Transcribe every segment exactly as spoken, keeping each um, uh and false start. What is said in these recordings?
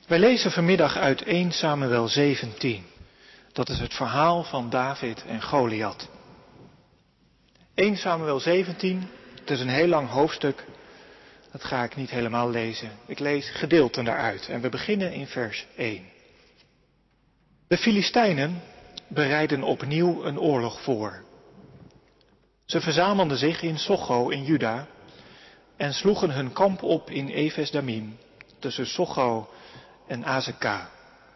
Wij lezen vanmiddag uit eerste Samuel zeventien. Dat is het verhaal van David en Goliath. eerste Samuel zeventien, het is een heel lang hoofdstuk. Dat ga ik niet helemaal lezen. Ik lees gedeelten daaruit en we beginnen in vers één. De Filistijnen bereidden opnieuw een oorlog voor. Ze verzamelden zich in Socho in Juda en sloegen hun kamp op in Eves Damim, tussen Socho en Azeka.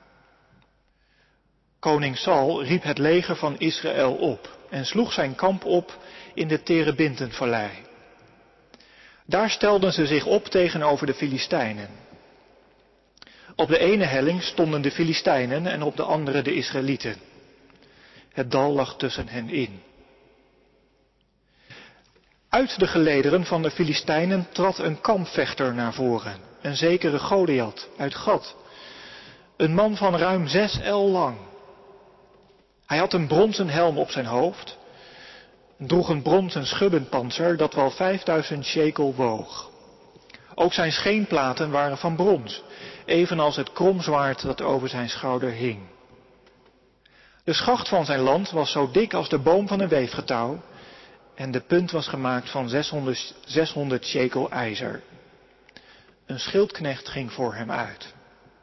Koning Saul riep het leger van Israël op en sloeg zijn kamp op in de Terebintenvallei. Daar stelden ze zich op tegenover de Filistijnen. Op de ene helling stonden de Filistijnen en op de andere de Israëlieten. Het dal lag tussen hen in. Uit de gelederen van de Filistijnen trad een kampvechter naar voren, een zekere Goliath uit Gat, een man van ruim zes el lang. Hij had een bronzen helm op zijn hoofd, droeg een bronzen schubbenpanzer dat wel vijfduizend shekel woog. Ook zijn scheenplaten waren van brons, evenals het kromzwaard dat over zijn schouder hing. De schacht van zijn land was zo dik als de boom van een weefgetouw en de punt was gemaakt van zeshonderd, zeshonderd shekel ijzer. Een schildknecht ging voor hem uit.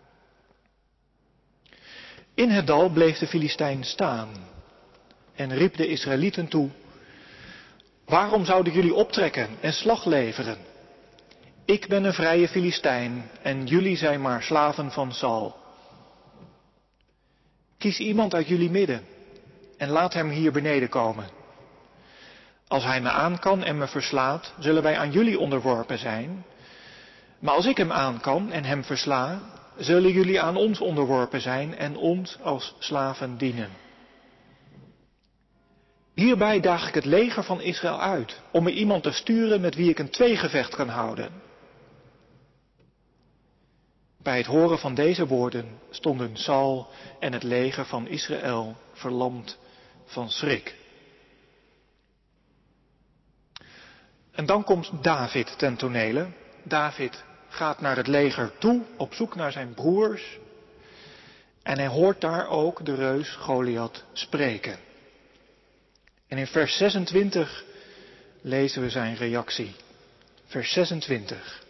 In het dal bleef de Filistijn staan en riep de Israëlieten toe: waarom zouden jullie optrekken en slag leveren? Ik ben een vrije Filistijn en jullie zijn maar slaven van Saul. Kies iemand uit jullie midden en laat hem hier beneden komen. Als hij me aan kan en me verslaat, zullen wij aan jullie onderworpen zijn. Maar als ik hem aan kan en hem versla, zullen jullie aan ons onderworpen zijn en ons als slaven dienen. Hierbij daag ik het leger van Israël uit, om er iemand te sturen met wie ik een tweegevecht kan houden. Bij het horen van deze woorden stonden Saul en het leger van Israël verlamd van schrik. En dan komt David ten tonele. David gaat naar het leger toe op zoek naar zijn broers. En hij hoort daar ook de reus Goliath spreken. En in vers zesentwintig lezen we zijn reactie. Vers zesentwintig.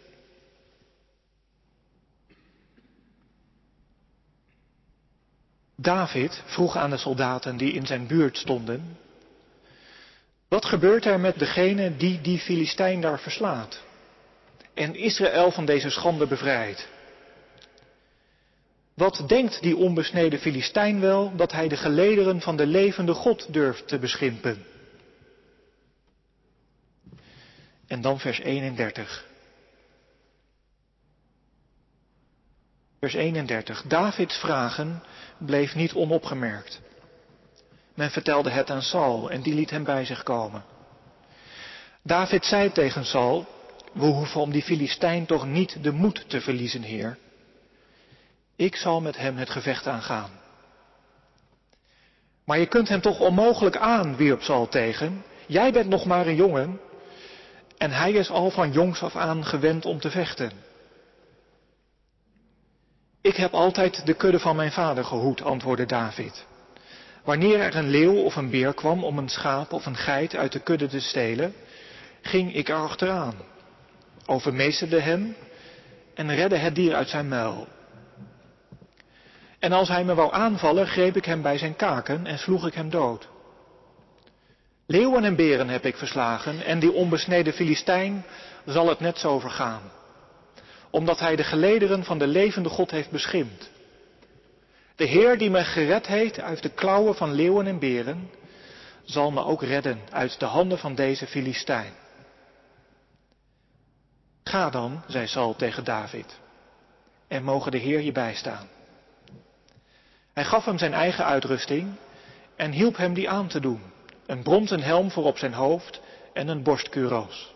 David vroeg aan de soldaten die in zijn buurt stonden: wat gebeurt er met degene die die Filistijn daar verslaat en Israël van deze schande bevrijdt? Wat denkt die onbesneden Filistijn wel dat hij de gelederen van de levende God durft te beschimpen? En dan vers eenendertig. Vers eenendertig. Davids vragen bleef niet onopgemerkt. Men vertelde het aan Saul en die liet hem bij zich komen. David zei tegen Saul: we hoeven om die Filistijn toch niet de moed te verliezen, heer. Ik zal met hem het gevecht aangaan. Maar je kunt hem toch onmogelijk aan, wierp Saul tegen. Jij bent nog maar een jongen en hij is al van jongs af aan gewend om te vechten. Ik heb altijd de kudde van mijn vader gehoed, antwoordde David. Wanneer er een leeuw of een beer kwam om een schaap of een geit uit de kudde te stelen, ging ik er achteraan, overmeesterde hem en redde het dier uit zijn muil. En als hij me wou aanvallen, greep ik hem bij zijn kaken en sloeg ik hem dood. Leeuwen en beren heb ik verslagen en die onbesneden Filistijn zal het net zo vergaan, omdat hij de gelederen van de levende God heeft beschimpt. De Heer die me gered heeft uit de klauwen van leeuwen en beren, zal me ook redden uit de handen van deze Filistijn. Ga dan, zei Saul tegen David, en mogen de Heer je bijstaan. Hij gaf hem zijn eigen uitrusting en hielp hem die aan te doen, een bronzen helm voor op zijn hoofd en een borstkuros.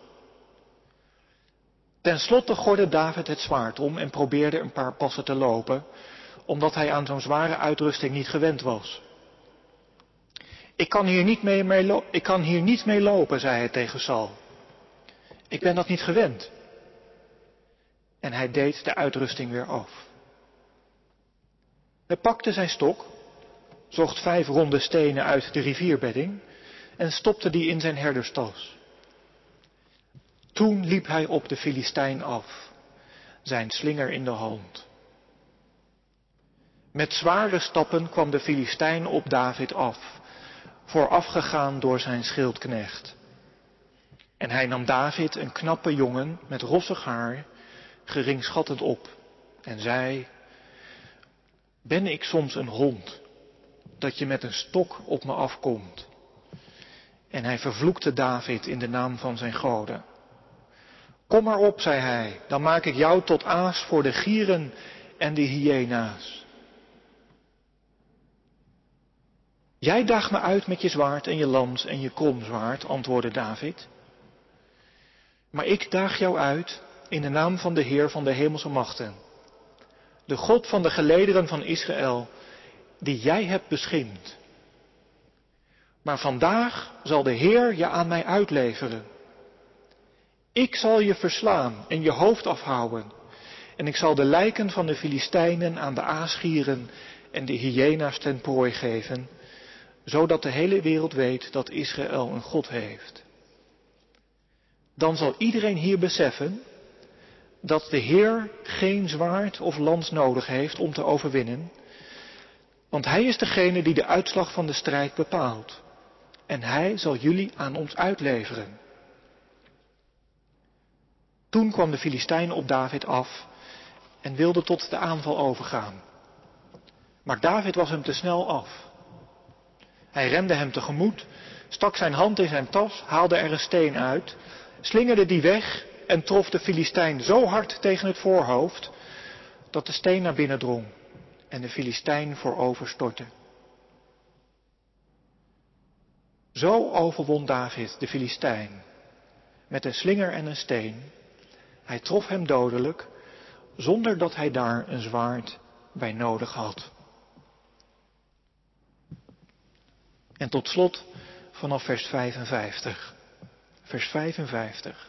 Ten slotte gordde David het zwaard om en probeerde een paar passen te lopen, omdat hij aan zo'n zware uitrusting niet gewend was. Ik kan hier niet mee, mee, lo- ik kan hier niet mee lopen, zei hij tegen Saul. Ik ben dat niet gewend. En hij deed de uitrusting weer af. Hij pakte zijn stok, zocht vijf ronde stenen uit de rivierbedding en stopte die in zijn herderstas. Toen liep hij op de Filistijn af, zijn slinger in de hand. Met zware stappen kwam de Filistijn op David af, voorafgegaan door zijn schildknecht. En hij nam David, een knappe jongen met rossig haar, geringschattend op en zei: Ben ik soms een hond, dat je met een stok op me afkomt? En hij vervloekte David in de naam van zijn goden. Kom maar op, zei hij, dan maak ik jou tot aas voor de gieren en de hyena's. Jij daagt me uit met je zwaard en je lans en je kromzwaard, antwoordde David. Maar ik daag jou uit in de naam van de Heer van de hemelse machten, de God van de gelederen van Israël, die jij hebt beschimd. Maar vandaag zal de Heer je aan mij uitleveren. Ik zal je verslaan en je hoofd afhouden. En ik zal de lijken van de Filistijnen aan de aasgieren en de hyena's ten prooi geven, zodat de hele wereld weet dat Israël een God heeft. Dan zal iedereen hier beseffen dat de Heer geen zwaard of lans nodig heeft om te overwinnen, want Hij is degene die de uitslag van de strijd bepaalt. En Hij zal jullie aan ons uitleveren. Toen kwam de Filistijn op David af en wilde tot de aanval overgaan. Maar David was hem te snel af. Hij rende hem tegemoet, stak zijn hand in zijn tas, haalde er een steen uit, slingerde die weg en trof de Filistijn zo hard tegen het voorhoofd dat de steen naar binnen drong en de Filistijn voorover stortte. Zo overwon David de Filistijn met een slinger en een steen. Hij trof hem dodelijk, zonder dat hij daar een zwaard bij nodig had. En tot slot vanaf vers vijfenvijftig. Vers vijfenvijftig.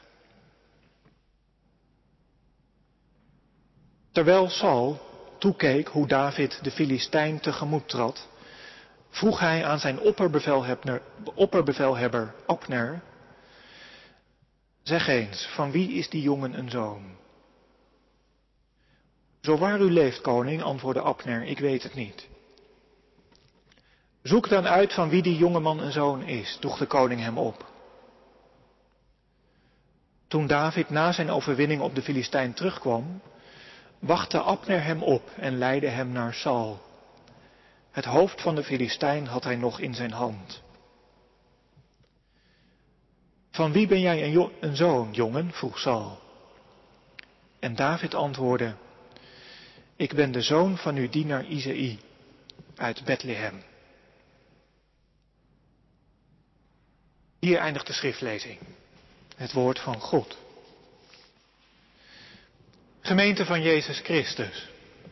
Terwijl Saul toekeek hoe David de Filistijn tegemoet trad, vroeg hij aan zijn opperbevelhebber, opperbevelhebber Abner: Zeg eens, van wie is die jongen een zoon? Zo waar u leeft, koning, antwoordde Abner, ik weet het niet. Zoek dan uit van wie die jongeman een zoon is, droeg de koning hem op. Toen David na zijn overwinning op de Filistijn terugkwam, wachtte Abner hem op en leidde hem naar Saul. Het hoofd van de Filistijn had hij nog in zijn hand. Van wie ben jij een, jo- een zoon, jongen? Vroeg Saul. En David antwoordde: Ik ben de zoon van uw dienaar Isaï uit Bethlehem. Hier eindigt de schriftlezing. Het woord van God. Gemeente van Jezus Christus.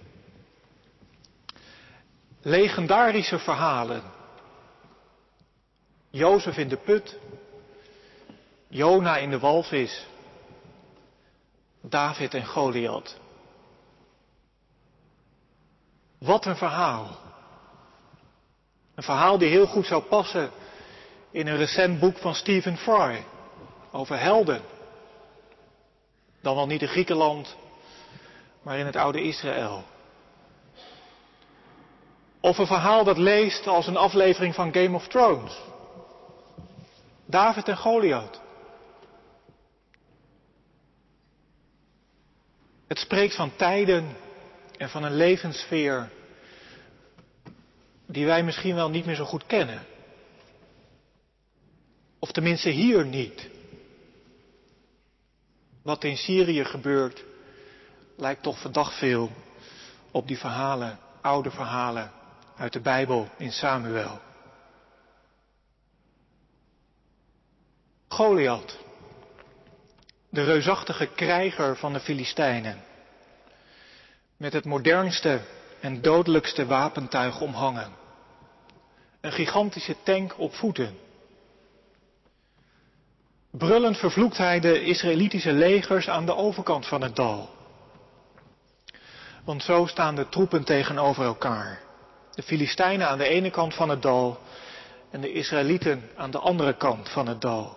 Legendarische verhalen. Jozef in de put. Jona in de walvis. David en Goliath. Wat een verhaal. Een verhaal die heel goed zou passen in een recent boek van Stephen Fry. Over helden. Dan wel niet in Griekenland, maar in het oude Israël. Of een verhaal dat leest als een aflevering van Game of Thrones. David en Goliath. Het spreekt van tijden en van een levenssfeer die wij misschien wel niet meer zo goed kennen. Of tenminste hier niet. Wat in Syrië gebeurt, lijkt toch verdacht veel op die verhalen, oude verhalen uit de Bijbel in Samuel. Goliath, de reusachtige krijger van de Filistijnen, met het modernste en dodelijkste wapentuig omhangen. Een gigantische tank op voeten. Brullend vervloekt hij de Israëlitische legers aan de overkant van het dal. Want zo staan de troepen tegenover elkaar. De Filistijnen aan de ene kant van het dal en de Israëlieten aan de andere kant van het dal.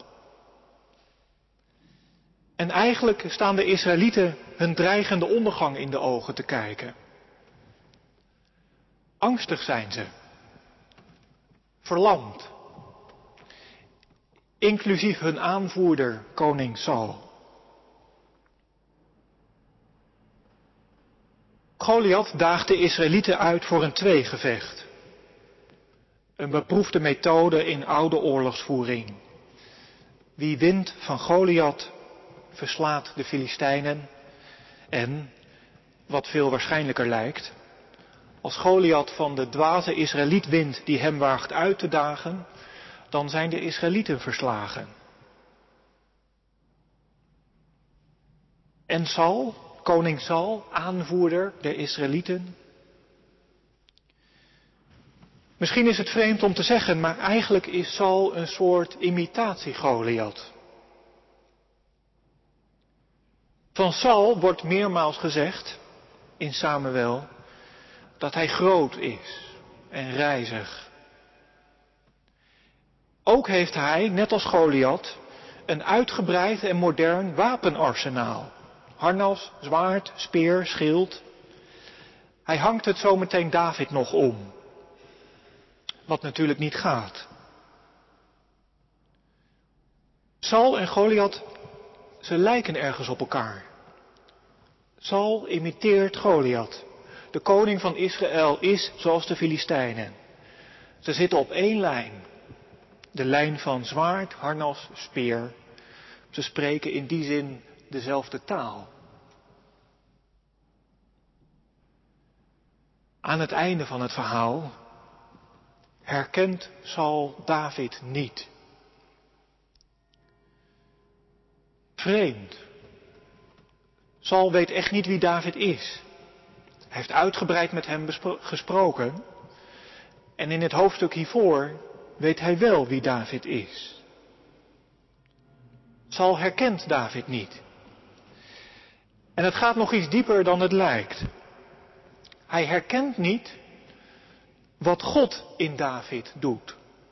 En eigenlijk staan de Israëlieten hun dreigende ondergang in de ogen te kijken. Angstig zijn ze. Verlamd. Inclusief hun aanvoerder, koning Saul. Goliath daagt de Israëlieten uit voor een tweegevecht. Een beproefde methode in oude oorlogsvoering. Wie wint van Goliath, verslaat de Filistijnen. En, wat veel waarschijnlijker lijkt, als Goliath van de dwaze Israëliet wint die hem waagt uit te dagen, dan zijn de Israëlieten verslagen. En Saul, koning Saul, aanvoerder der Israëlieten. Misschien is het vreemd om te zeggen, maar eigenlijk is Saul een soort imitatie Goliath. Van Saul wordt meermaals gezegd, in Samuel, dat hij groot is en rijzig. Ook heeft hij, net als Goliath, een uitgebreid en modern wapenarsenaal. Harnas, zwaard, speer, schild. Hij hangt het zometeen David nog om. Wat natuurlijk niet gaat. Saul en Goliath, ze lijken ergens op elkaar. Saul imiteert Goliath. De koning van Israël is zoals de Filistijnen. Ze zitten op één lijn. De lijn van zwaard, harnas, speer. Ze spreken in die zin dezelfde taal. Aan het einde van het verhaal herkent Saul David niet. Vreemd. Saul weet echt niet wie David is. Hij heeft uitgebreid met hem bespro- gesproken. En in het hoofdstuk hiervoor weet hij wel wie David is. Saul herkent David niet. En het gaat nog iets dieper dan het lijkt. Hij herkent niet wat God in David doet.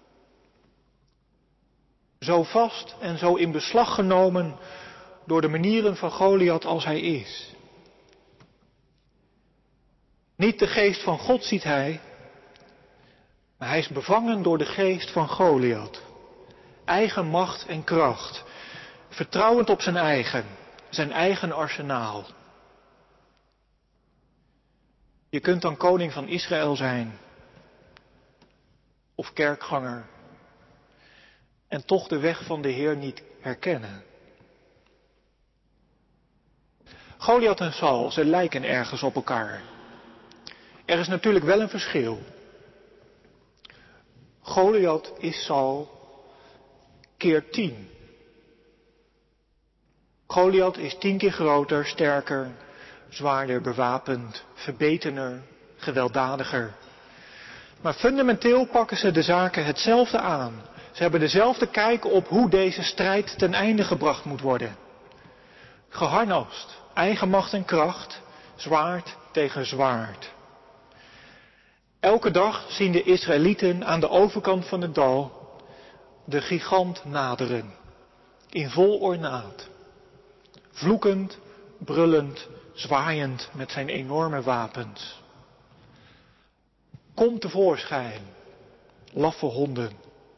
Zo vast en zo in beslag genomen door de manieren van Goliath als hij is. Niet de geest van God ziet hij, maar hij is bevangen door de geest van Goliath. Eigen macht en kracht, vertrouwend op zijn eigen, zijn eigen arsenaal. Je kunt dan koning van Israël zijn, of kerkganger, en toch de weg van de Heer niet herkennen. Goliath en Saul, ze lijken ergens op elkaar. Er is natuurlijk wel een verschil. Goliath is Saul keer tien. Goliath is tien keer groter, sterker, zwaarder bewapend, verbetener, gewelddadiger. Maar fundamenteel pakken ze de zaken hetzelfde aan. Ze hebben dezelfde kijk op hoe deze strijd ten einde gebracht moet worden. Geharnast, eigen macht en kracht, zwaard tegen zwaard. Elke dag zien de Israëlieten aan de overkant van het dal de gigant naderen, in vol ornaat. Vloekend, brullend, zwaaiend met zijn enorme wapens. Kom tevoorschijn, laffe honden.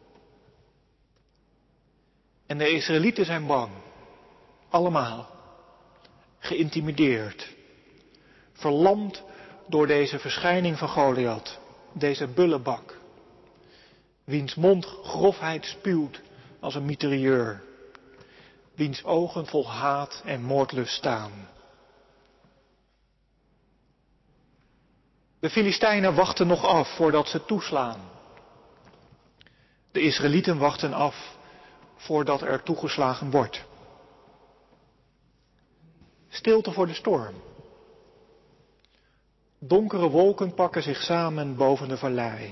En de Israëlieten zijn bang, allemaal, geïntimideerd, verlamd door deze verschijning van Goliath, deze bullebak, wiens mond grofheid spuwt als een mitrailleur, wiens ogen vol haat en moordlust staan. De Filistijnen wachten nog af voordat ze toeslaan. De Israëlieten wachten af voordat er toegeslagen wordt. Stilte voor de storm. Donkere wolken pakken zich samen boven de vallei.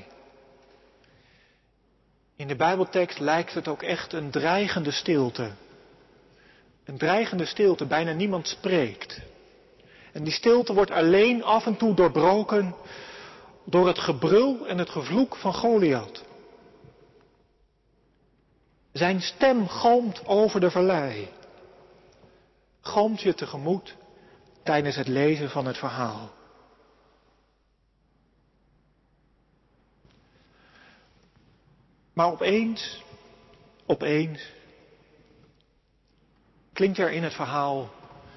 In de Bijbeltekst lijkt het ook echt een dreigende stilte. Een dreigende stilte, bijna niemand spreekt. En die stilte wordt alleen af en toe doorbroken door het gebrul en het gevloek van Goliath. Zijn stem galmt over de vallei. Galmt je tegemoet tijdens het lezen van het verhaal. Maar opeens, opeens, klinkt er in het verhaal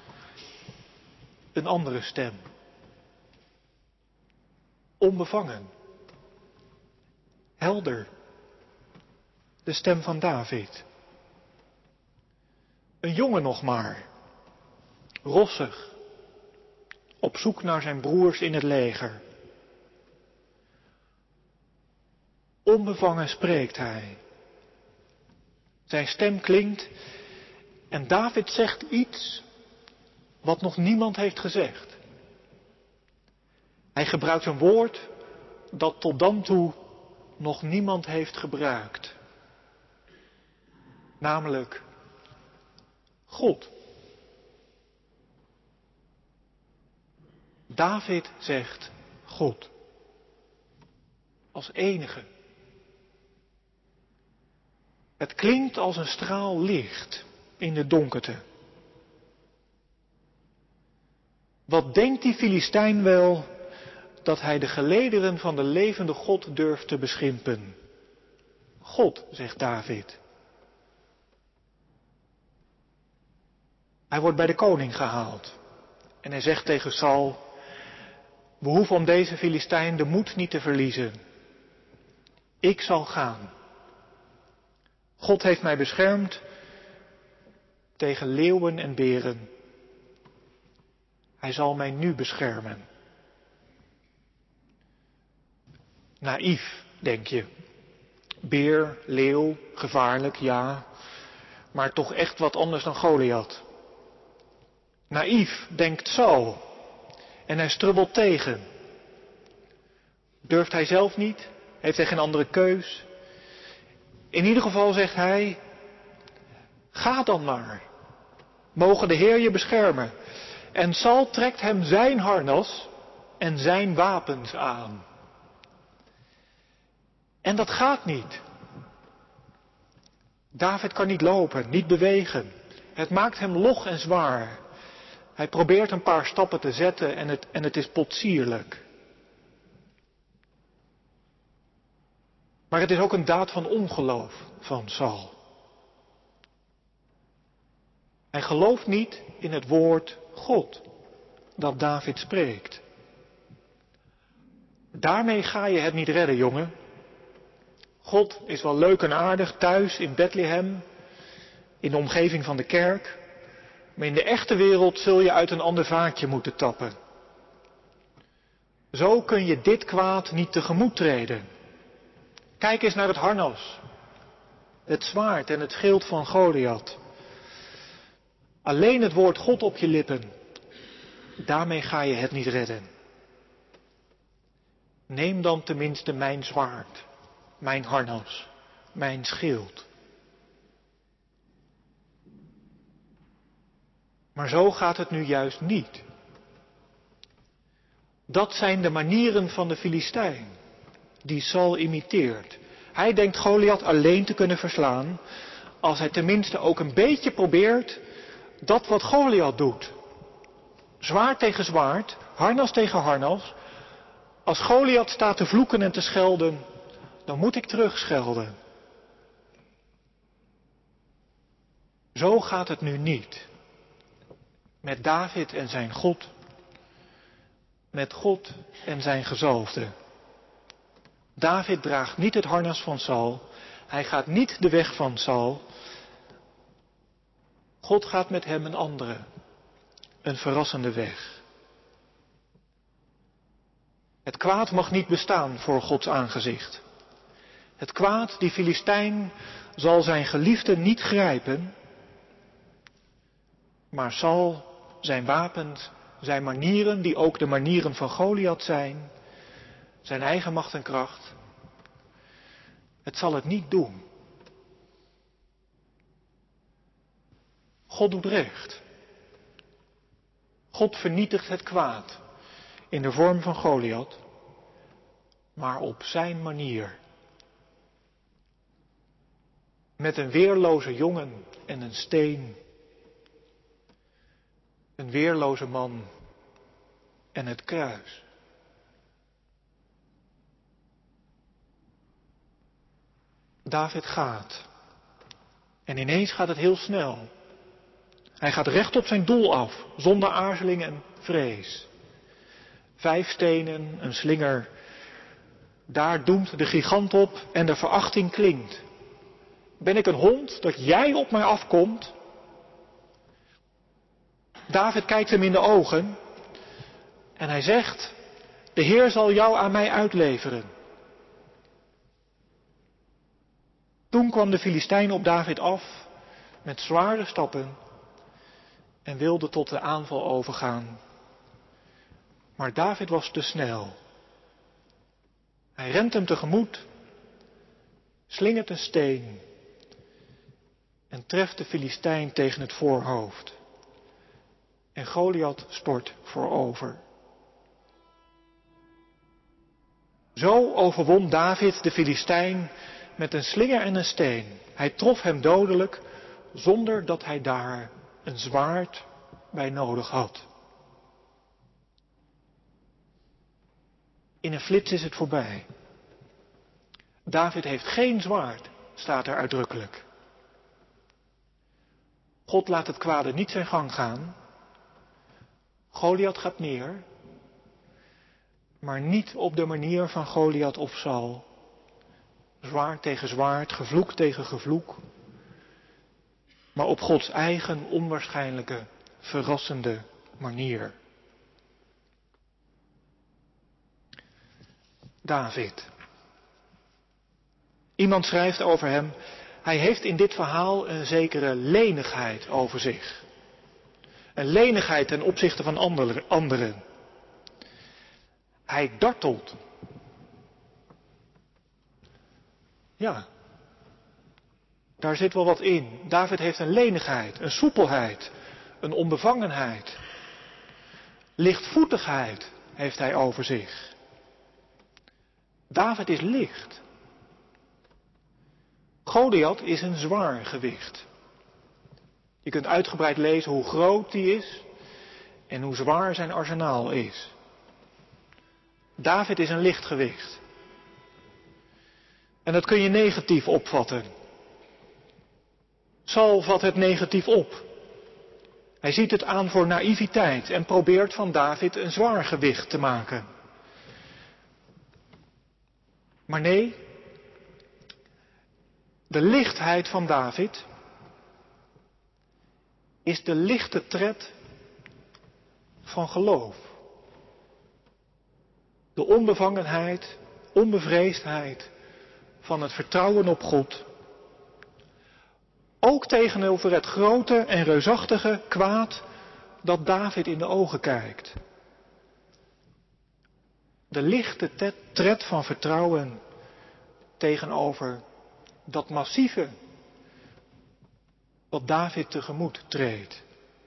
een andere stem. Onbevangen. Helder. De stem van David. Een jongen nog maar. Rossig. Op zoek naar zijn broers in het leger. Onbevangen spreekt hij. Zijn stem klinkt en David zegt iets wat nog niemand heeft gezegd. Hij gebruikt een woord dat tot dan toe nog niemand heeft gebruikt. Namelijk God. David zegt God. Als enige. Het klinkt als een straal licht in de donkerte. Wat denkt die Filistijn wel dat hij de gelederen van de levende God durft te beschimpen? God, zegt David. Hij wordt bij de koning gehaald. En hij zegt tegen Saul: we hoeven om deze Filistijn de moed niet te verliezen. Ik zal gaan. God heeft mij beschermd tegen leeuwen en beren. Hij zal mij nu beschermen. Naïef, denk je. Beer, leeuw, gevaarlijk, ja. Maar toch echt wat anders dan Goliath. Naïef, denkt Saul. En hij strubbelt tegen. Durft hij zelf niet? Heeft hij geen andere keus? In ieder geval zegt hij: ga dan maar. Mogen de Heer je beschermen. En Saul trekt hem zijn harnas en zijn wapens aan. En dat gaat niet. David kan niet lopen, niet bewegen. Het maakt hem log en zwaar. Hij probeert een paar stappen te zetten en het, en het is potsierlijk. Maar het is ook een daad van ongeloof van Saul. Hij gelooft niet in het woord God dat David spreekt. Daarmee ga je het niet redden, jongen. God is wel leuk en aardig thuis in Bethlehem, in de omgeving van de kerk. Maar in de echte wereld zul je uit een ander vaatje moeten tappen. Zo kun je dit kwaad niet tegemoet treden. Kijk eens naar het harnas, het zwaard en het schild van Goliath. Alleen het woord God op je lippen, daarmee ga je het niet redden. Neem dan tenminste mijn zwaard, mijn harnas, mijn schild. Maar zo gaat het nu juist niet. Dat zijn de manieren van de Filistijn, die Saul imiteert. Hij denkt Goliath alleen te kunnen verslaan, als hij tenminste ook een beetje probeert dat wat Goliath doet. Zwaard tegen zwaard, harnas tegen harnas. Als Goliath staat te vloeken en te schelden, dan moet ik terugschelden. Zo gaat het nu niet. Met David en zijn God. Met God en zijn gezalfde. David draagt niet het harnas van Saul. Hij gaat niet de weg van Saul. God gaat met hem een andere, een verrassende weg. Het kwaad mag niet bestaan voor Gods aangezicht. Het kwaad, die Filistijn, zal zijn geliefde niet grijpen, maar zal zijn wapens, zijn manieren, die ook de manieren van Goliath zijn, zijn eigen macht en kracht, het zal het niet doen. God doet recht. God vernietigt het kwaad in de vorm van Goliath, maar op zijn manier. Met een weerloze jongen en een steen. Een weerloze man en het kruis. David gaat. En ineens gaat het heel snel. Hij gaat recht op zijn doel af, zonder aarzeling en vrees. Vijf stenen, een slinger. Daar doemt de gigant op en de verachting klinkt. Ben ik een hond dat jij op mij afkomt? David kijkt hem in de ogen en hij zegt, de Heer zal jou aan mij uitleveren. Toen kwam de Filistijn op David af met zware stappen en wilde tot de aanval overgaan. Maar David was te snel. Hij rent hem tegemoet, slingert een steen en treft de Filistijn tegen het voorhoofd. En Goliath stort voorover. Zo overwon David de Filistijn met een slinger en een steen. Hij trof hem dodelijk zonder dat hij daar een zwaard bij nodig had. In een flits is het voorbij. David heeft geen zwaard, staat er uitdrukkelijk. God laat het kwade niet zijn gang gaan. Goliath gaat neer, maar niet op de manier van Goliath of Saul. Zwaard tegen zwaard, gevloek tegen gevloek. Maar op Gods eigen onwaarschijnlijke, verrassende manier. David. Iemand schrijft over hem, hij heeft in dit verhaal een zekere lenigheid over zich. Een lenigheid ten opzichte van anderen. Hij dartelt. Ja, daar zit wel wat in. David heeft een lenigheid, een soepelheid, een onbevangenheid. Lichtvoetigheid heeft hij over zich. David is licht. Goliath is een zwaar gewicht. Je kunt uitgebreid lezen hoe groot die is en hoe zwaar zijn arsenaal is. David is een licht gewicht. En dat kun je negatief opvatten. Saul vat het negatief op. Hij ziet het aan voor naïviteit en probeert van David een zwaar gewicht te maken. Maar nee, de lichtheid van David is de lichte tred van geloof. De onbevangenheid, onbevreesdheid van het vertrouwen op God. Ook tegenover het grote en reusachtige kwaad dat David in de ogen kijkt. De lichte tred van vertrouwen tegenover dat massieve wat David tegemoet treedt.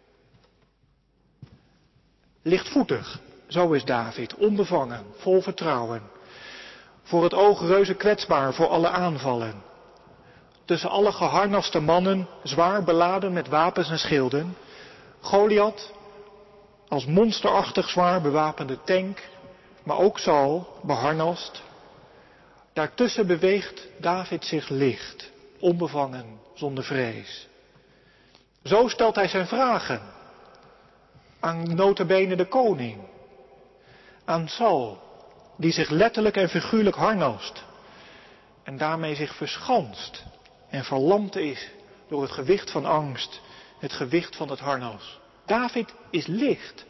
Lichtvoetig, zo is David, onbevangen, vol vertrouwen. Voor het oog reuze kwetsbaar voor alle aanvallen. Tussen alle geharnaste mannen, zwaar beladen met wapens en schilden. Goliath als monsterachtig zwaar bewapende tank, maar ook Saul, beharnast. Daartussen beweegt David zich licht, onbevangen, zonder vrees. Zo stelt hij zijn vragen aan nota bene de koning, aan Saul, die zich letterlijk en figuurlijk harnast en daarmee zich verschanst en verlamd is door het gewicht van angst, het gewicht van het harnas. David is licht.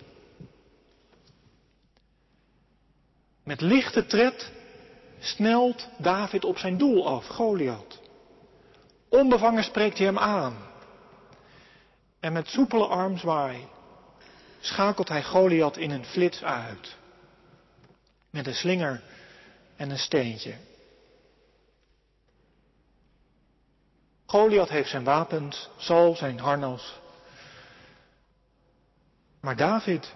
Met lichte tred snelt David op zijn doel af, Goliath. Onbevangen spreekt hij hem aan. En met soepele armzwaai schakelt hij Goliath in een flits uit. Met een slinger en een steentje. Goliath heeft zijn wapens, Saul zijn harnas. Maar David,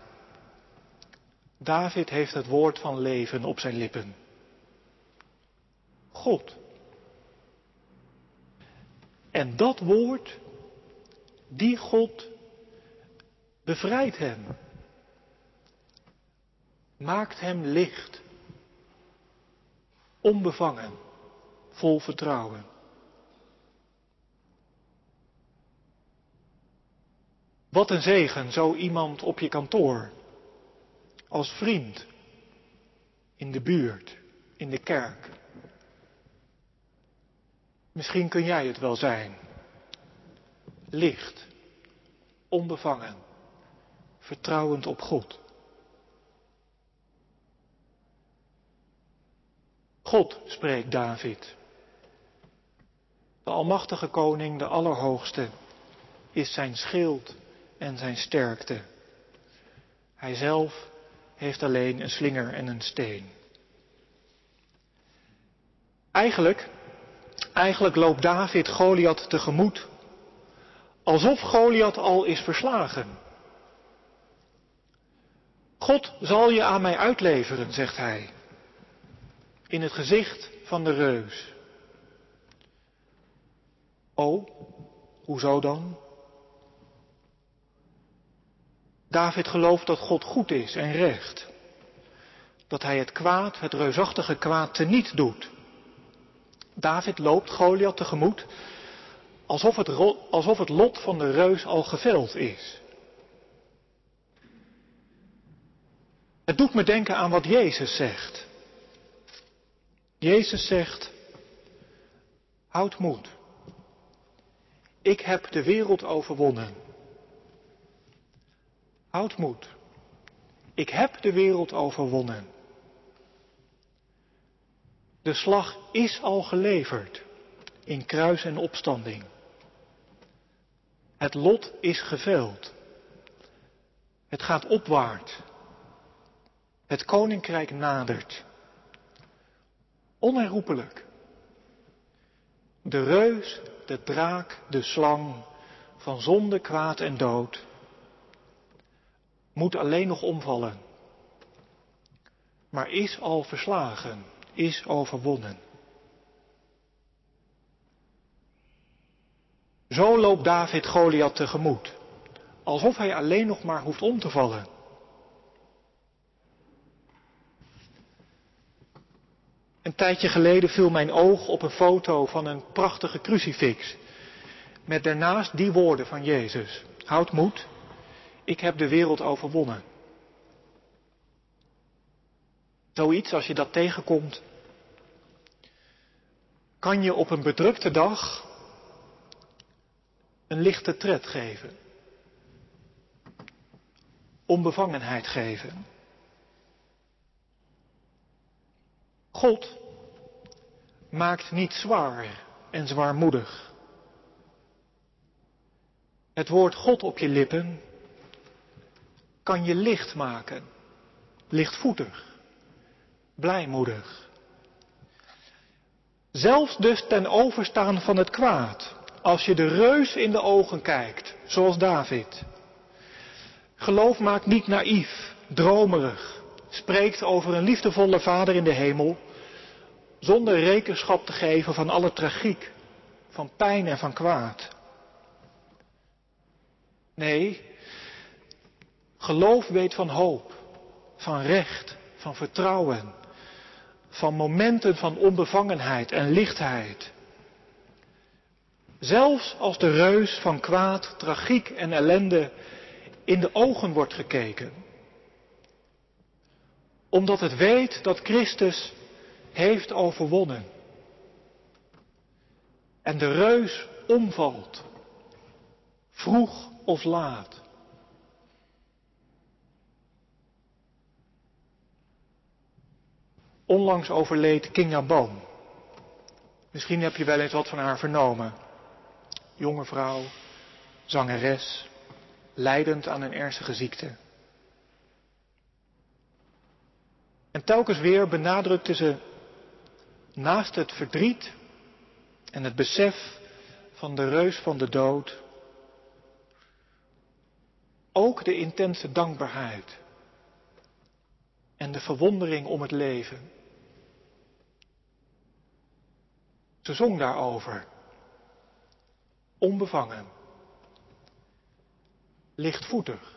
David heeft het woord van leven op zijn lippen. God. En dat woord, die God, bevrijdt hem. Maakt hem licht. Onbevangen. Vol vertrouwen. Wat een zegen, zo iemand op je kantoor. Als vriend. In de buurt. In de kerk. Misschien kun jij het wel zijn. Licht. Onbevangen. Vertrouwend op God. God, spreekt David. De almachtige koning, de Allerhoogste, is zijn schild en zijn sterkte. Hij zelf heeft alleen een slinger en een steen. Eigenlijk, eigenlijk loopt David Goliath tegemoet, alsof Goliath al is verslagen. God zal je aan mij uitleveren, zegt hij, in het gezicht van de reus. Oh, hoezo dan? David gelooft dat God goed is en recht. Dat hij het kwaad, het reusachtige kwaad, teniet doet. David loopt Goliath tegemoet alsof het, alsof het lot van de reus al geveld is. Het doet me denken aan wat Jezus zegt. Jezus zegt, houd moed. Ik heb de wereld overwonnen. Houd moed. Ik heb de wereld overwonnen. De slag is al geleverd in kruis en opstanding. Het lot is geveld. Het gaat opwaarts. Het koninkrijk nadert. Onherroepelijk. De reus, de draak, de slang van zonde, kwaad en dood moet alleen nog omvallen. Maar is al verslagen, is overwonnen. Zo loopt David Goliath tegemoet, alsof hij alleen nog maar hoeft om te vallen. Een tijdje geleden viel mijn oog op een foto van een prachtige crucifix, met daarnaast die woorden van Jezus. Houd moed, ik heb de wereld overwonnen. Zoiets, als je dat tegenkomt, kan je op een bedrukte dag een lichte tred geven. Onbevangenheid geven. God maakt niet zwaar en zwaarmoedig. Het woord God op je lippen kan je licht maken, lichtvoetig, blijmoedig. Zelfs dus ten overstaan van het kwaad, als je de reus in de ogen kijkt, zoals David. Geloof maakt niet naïef, dromerig, spreekt over een liefdevolle Vader in de hemel, zonder rekenschap te geven van alle tragiek, van pijn en van kwaad. Nee, geloof weet van hoop, van recht, van vertrouwen, van momenten van onbevangenheid en lichtheid. Zelfs als de reus van kwaad, tragiek en ellende in de ogen wordt gekeken. Omdat het weet dat Christus heeft overwonnen. En de reus omvalt, vroeg of laat. Onlangs overleed Kinga Boom. Misschien heb je wel eens wat van haar vernomen. Jonge vrouw, zangeres, lijdend aan een ernstige ziekte. En telkens weer benadrukte ze naast het verdriet en het besef van de reus van de dood ook de intense dankbaarheid en de verwondering om het leven. Ze zong daarover, onbevangen, lichtvoetig.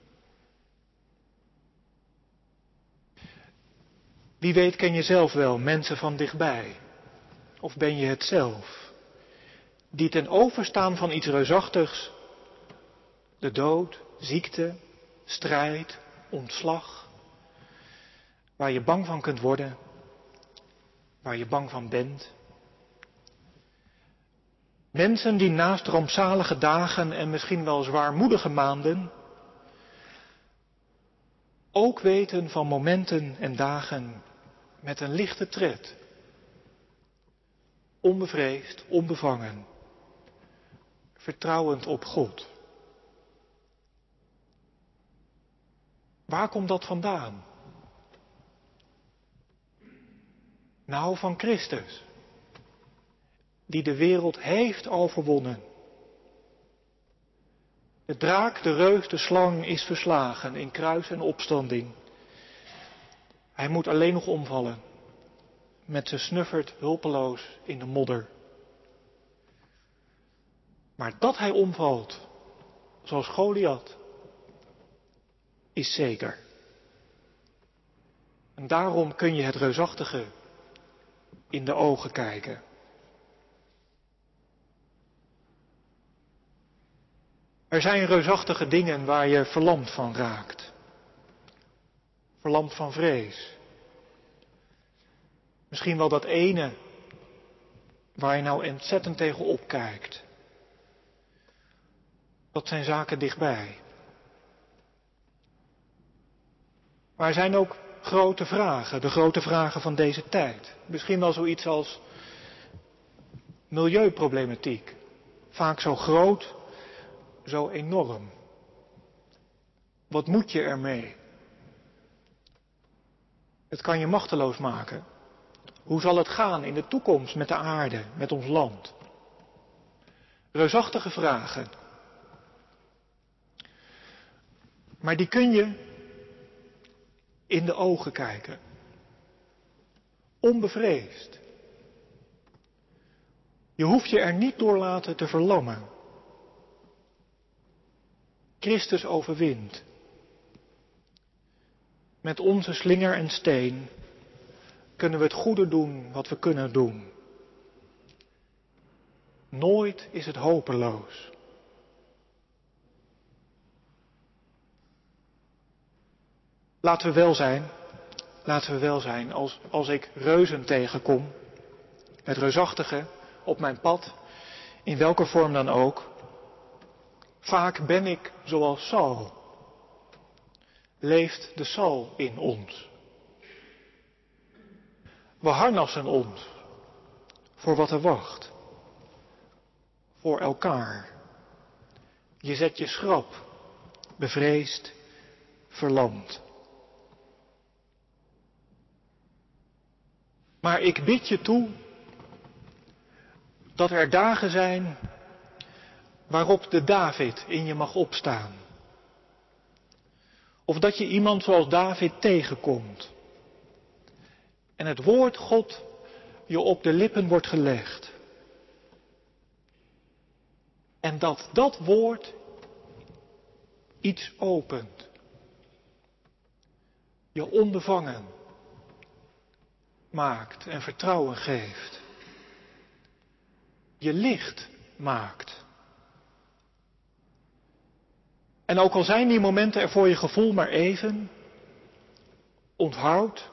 Wie weet ken je zelf wel mensen van dichtbij, of ben je het zelf, die ten overstaan van iets reusachtigs, de dood, ziekte, strijd, ontslag, waar je bang van kunt worden, waar je bang van bent. Mensen die naast rampzalige dagen en misschien wel zwaarmoedige maanden ook weten van momenten en dagen met een lichte tred. Onbevreesd, onbevangen, vertrouwend op God. Waar komt dat vandaan? Nou, van Christus, die de wereld heeft overwonnen. De draak, de reus, de slang is verslagen in kruis en opstanding. Hij moet alleen nog omvallen, met zijn snuffert hulpeloos in de modder. Maar dat hij omvalt, zoals Goliath, is zeker. En daarom kun je het reusachtige in de ogen kijken. Er zijn reusachtige dingen waar je verlamd van raakt. Verlamd van vrees. Misschien wel dat ene waar je nou ontzettend tegen opkijkt. Dat zijn zaken dichtbij. Maar er zijn ook grote vragen, de grote vragen van deze tijd. Misschien wel zoiets als milieuproblematiek. Vaak zo groot, zo enorm. Wat moet je ermee? Het kan je machteloos maken. Hoe zal het gaan in de toekomst met de aarde, met ons land? Reusachtige vragen. Maar die kun je in de ogen kijken. Onbevreesd. Je hoeft je er niet door laten te verlammen. Christus overwint. Met onze slinger en steen kunnen we het goede doen wat we kunnen doen. Nooit is het hopeloos. Laten we wel zijn, laten we wel zijn als, als ik reuzen tegenkom, het reusachtige op mijn pad, in welke vorm dan ook. Vaak ben ik zoals Saul. Leeft de Saul in ons. We harnassen ons voor wat er wacht. Voor elkaar. Je zet je schrap, bevreesd, verlamd. Maar ik bid je toe dat er dagen zijn waarop de David in je mag opstaan. Of dat je iemand zoals David tegenkomt. En het woord God je op de lippen wordt gelegd. En dat dat woord iets opent. Je onbevangen maakt en vertrouwen geeft. Je licht maakt. En ook al zijn die momenten er voor je gevoel maar even, onthoud,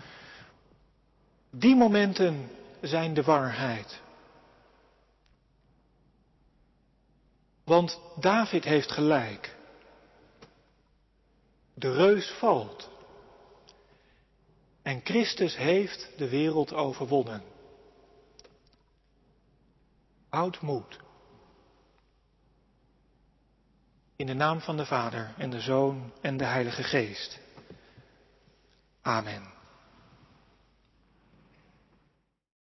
die momenten zijn de waarheid. Want David heeft gelijk. De reus valt. En Christus heeft de wereld overwonnen. Houd moed. In de naam van de Vader en de Zoon en de Heilige Geest. Amen.